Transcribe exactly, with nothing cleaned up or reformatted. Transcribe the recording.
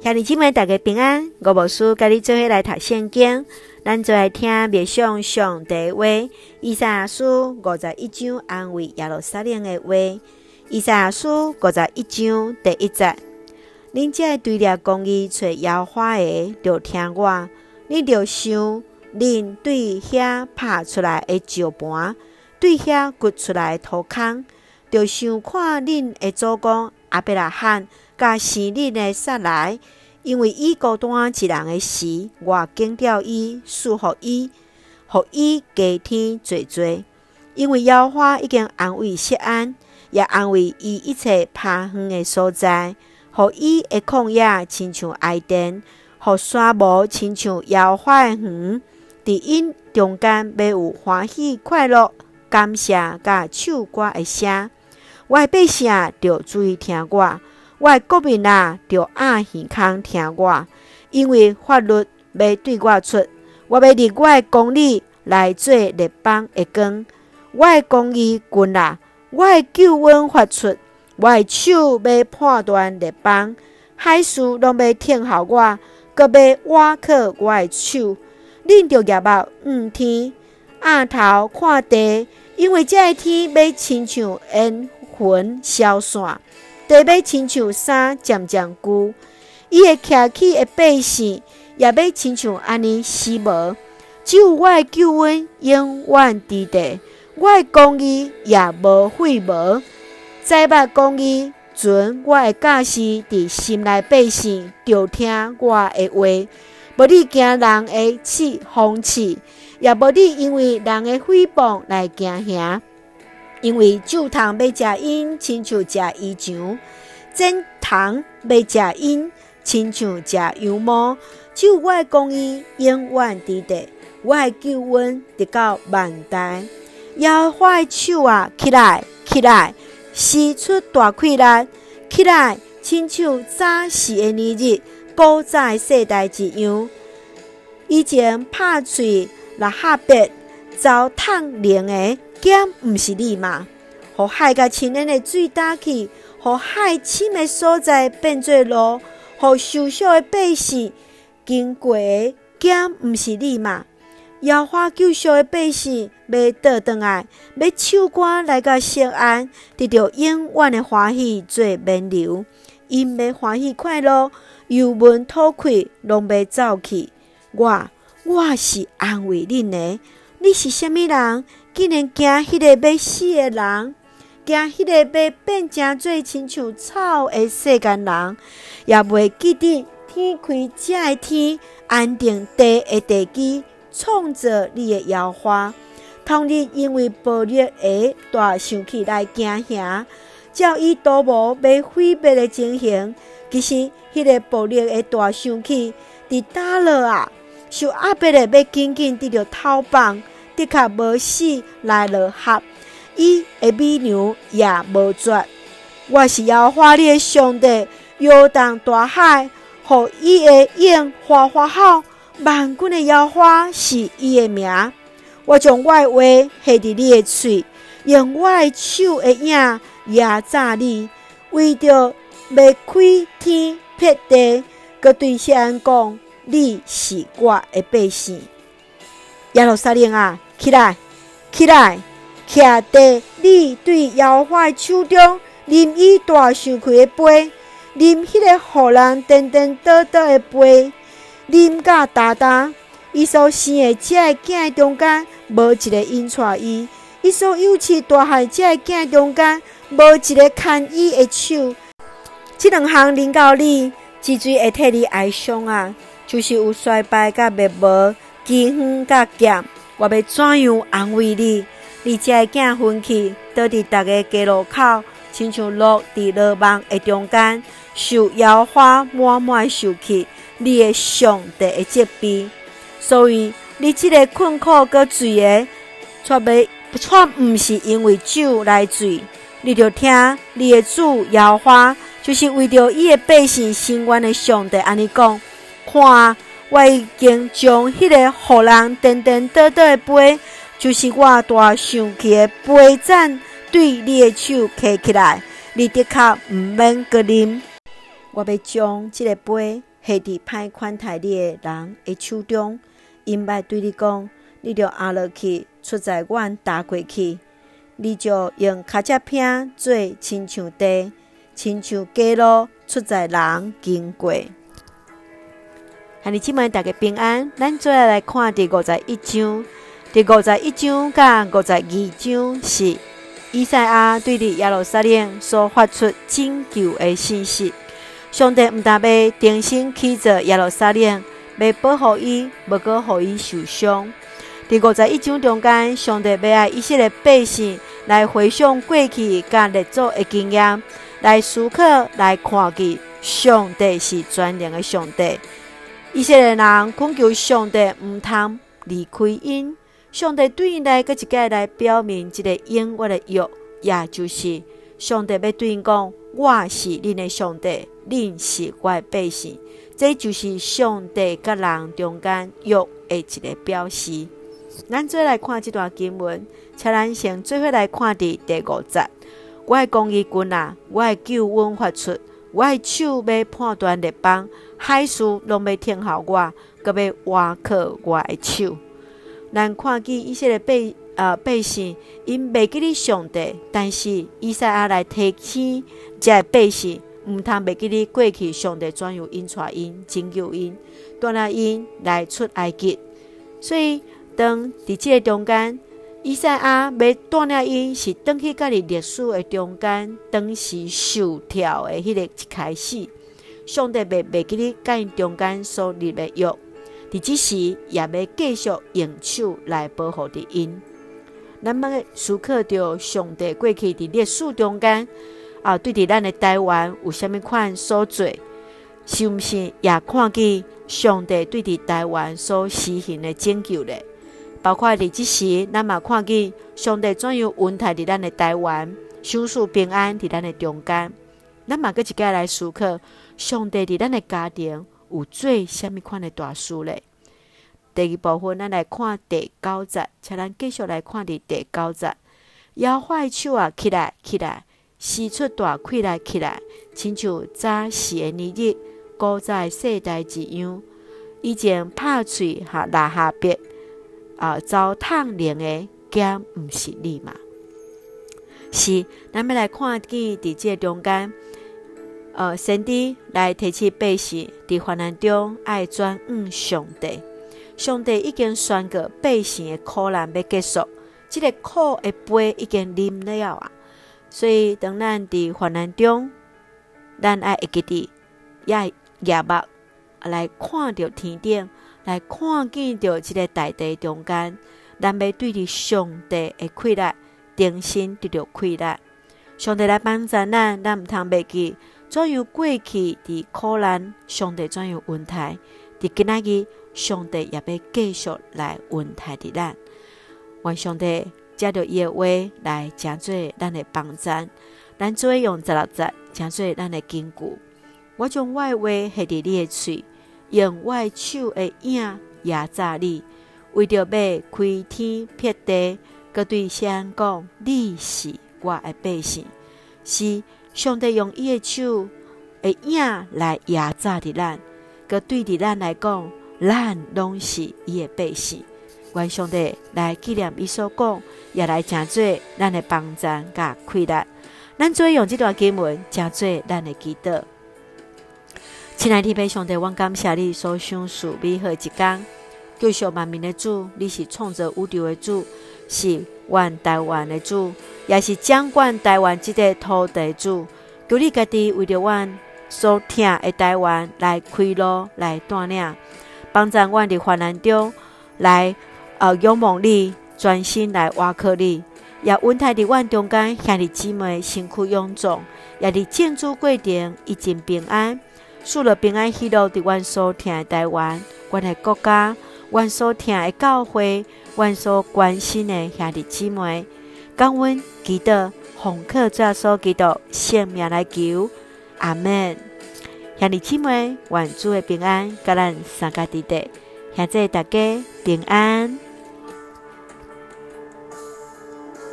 兄弟姊妹大家平安，我牧师甲你做伙来读圣经，咱做来听默想上帝话。以赛亚书五十一章安慰耶路撒冷的话。以赛亚书五十一章第一节：恁这个队列公义找耶和华的，就听我；恁就想，恁对遐拍出来的石盘，对遐掘出来的土坑，就想看恁的祖公亚伯拉罕，甲生恁的撒来。因为伊孤单一人的时，我拣掉伊，赐福伊，互伊加添济济。因为耶和华已经安慰锡安，也安慰伊一切偏远的所在，互伊的旷野亲像埃甸，互沙漠亲像耶和华的园。伫因中间要有欢喜快乐、感谢甲唱歌的声。我的百姓就注意听我。我的国民啊，就按耳孔听我，因为法律要对我出，我要立我的公理来做列邦的光。我的公义棍啊，我的救恩发出，我的手要判断列邦，海事拢要听候我，閣要倚靠我的手。恁着业目望天，仰头看地，因为这个天要亲像烟云消散。地要亲像衫渐渐旧，伊会徛起的百姓也要亲像安尼死无。只有我的救恩永远伫地，我的公义也无废无。在捌公义存我的教示伫心内，百姓就听我的话。无你惊人的刺风刺，也无你因为人的诽谤来惊吓。因为酒桶要食因，亲像食鱼肠；煎桶要食因，亲像食羊毛。只有我的公义永远伫地，我的救恩直到万代。耶和华的手啊，起来，起来，施出大气力，起来，亲像早时的年日，古早的世代一样。以前拍喙拉哈别遭烫灵的。咸毋是你嘛？互海甲深渊的水打去，互海深的所在变做路，互受伤的百姓经过的咸毋是你嘛？耶和华救赎的百姓要倒转来，要唱歌来到锡安，得到永远的欢喜做冕旒。因要欢喜快乐，油门吐气，拢要走去。我，我是安慰恁的。你是啥物人？竟然惊迄个要死的人，惊迄个要变成做亲像草的世间人，也袂记得天开这个天，安定地的地基，创造你的耶和华。倘日因为暴虐的大生气来惊吓，照伊多无要毁灭的情形，其实迄个暴虐的大生气伫倒落啊，受压迫的要紧紧得到头放。的确无死来落合，伊的美娘也无绝。我是耶和华你的上帝，摇动大海，互伊的影哗哗吼。万军的耶和华是伊的名。我将我的话下伫你的喙，用我的手的影压榨你，为着要开天辟地，佮对锡安讲：你是我的百姓。耶路撒冷啊！起来，起来，徛伫你对耶和华的手中，啉伊大盛开的杯，啉迄个互人颠颠倒倒的杯，啉甲大大。伊所生的这个囝中间，无一个因带伊；伊所幼稚大汉这个囝中间，无一个牵伊的手。这两项啉到你，之最会替你哀伤啊！就是有衰败甲灭无，饥荒甲咸。我要怎样安慰你？你这个囝分去，倒伫逐个街路口，亲像鹿伫落网的中间，受耶和华满满受气，你的上帝的责备。所以你这个困苦佮罪的，却袂却毋是因为酒来醉，你着听你的主耶和华，就是为着伊的百姓伸冤的上帝安尼讲，看。我已经将迄个互人颠颠倒倒的杯，就是我大生气的杯盏，对你的手揢起来，你的确毋免阁啉。我要将这个杯下伫歹款待你的人的手中，因捌对你讲，你就压落去，出在阮踏过去，你就用脚趾片做亲像地，亲像街路出在人经过。兄弟姊妹，大家平安。咱做来看第五十一章，第五十一章甲五十二章是以赛亚对伫耶路撒冷所发出拯救的信息。上帝毋但要重新起造耶路撒冷，要保护伊，无过互伊受伤。第五十一章中间，上帝要爱以色列百姓来回想过去甲列祖的经验，来思考，来看见上帝是全能的上帝。以色列人恳求上帝毋通离开因，上帝对因来，搁一摆来表明一个永远的约，也就是上帝要对因讲：我是恁的上帝，恁是我的百姓。这就是上帝甲人中间约的一个表示。咱做来看这段经文，请咱先做伙来看伫第五节。我的公义君啊，我的救恩发出，我的手要判断列邦，海事拢要听候我，搁要挖靠我的手。咱看见以色列百呃百姓，因袂记得上帝，但是以赛亚来提醒这百姓，毋通袂记得过去上帝怎样引带因、拯救因，带领因来出埃及。所以当伫即个中间，以赛亚要带领因是转去甲伫历史的中间，当时受跳的迄个一开始，上帝袂袂记得甲因中间所立的约。伫即时也要继续用手来保护着因。咱要思考着上帝过去伫历史中间啊，对伫咱的台湾有啥物款所做，是毋是也看见上帝对伫台湾所施行的拯救咧？包括伫即时，咱嘛看见上帝怎样恩待伫咱的台湾，享受平安伫咱的中间。咱嘛搁一摆来思考，上帝伫咱的家庭有做啥物款的大事咧？第二部分，咱来看第九节，请咱继续来看伫第九节。摇坏手啊，起来，起来，施出大气来，起来，亲像早时的日日，古早世代一样。以前拍喙下拉下鼻啊，糟蹋灵的，敢毋是你嘛？是，咱要来看见伫这中间。呃，先知来提醒百姓，伫患难中爱转向上帝。上帝已经宣告百姓的苦难要结束，这个苦的杯已经啉了啊！所以当咱伫患难中，咱爱会记得，也会举目来看着天顶，来看见着这个大地中间，咱要对着上帝的快乐，重新得到快乐。上帝来帮助咱，咱毋通袂记。怎样过去伫苦难，上帝怎样恩待；伫今仔日，上帝也要继续来恩待伫咱。愿上帝借着伊的话来成做咱的帮助，咱做用十六节成做咱的根据。我将我的话下伫你的喙，用我的手的影压榨你，为着要开天辟地，佮对世人讲：你是我的百姓。是。上帝用伊的手的影来压榨伫咱，佮对伫咱来讲，咱拢是伊的百姓。愿上帝来纪念伊所讲，也来成做咱的帮助甲快乐。咱做用这段经文，成做咱的祈祷。亲爱的天父上帝，我感谢你所享受美好一天。救赎万民的主，你是创造宇宙的主，是阮台湾的主，也是掌管台湾这个土地的主。求你家己为着阮所疼的台湾来开路，来带领，帮助阮伫患难中来呃仰望你，专心来挖靠你，也恩待伫阮中间兄弟姊妹身躯臃肿，也伫建筑过程一尽平安，赐了平安喜乐伫阮所疼的台湾，阮的国家。阮所听的教会，阮所关心的兄弟姊妹，感恩祈祷，奉靠主所祈祷，圣名来求，阿们。兄弟姊妹，愿主的平安，甲咱三家弟弟，现在大家平安。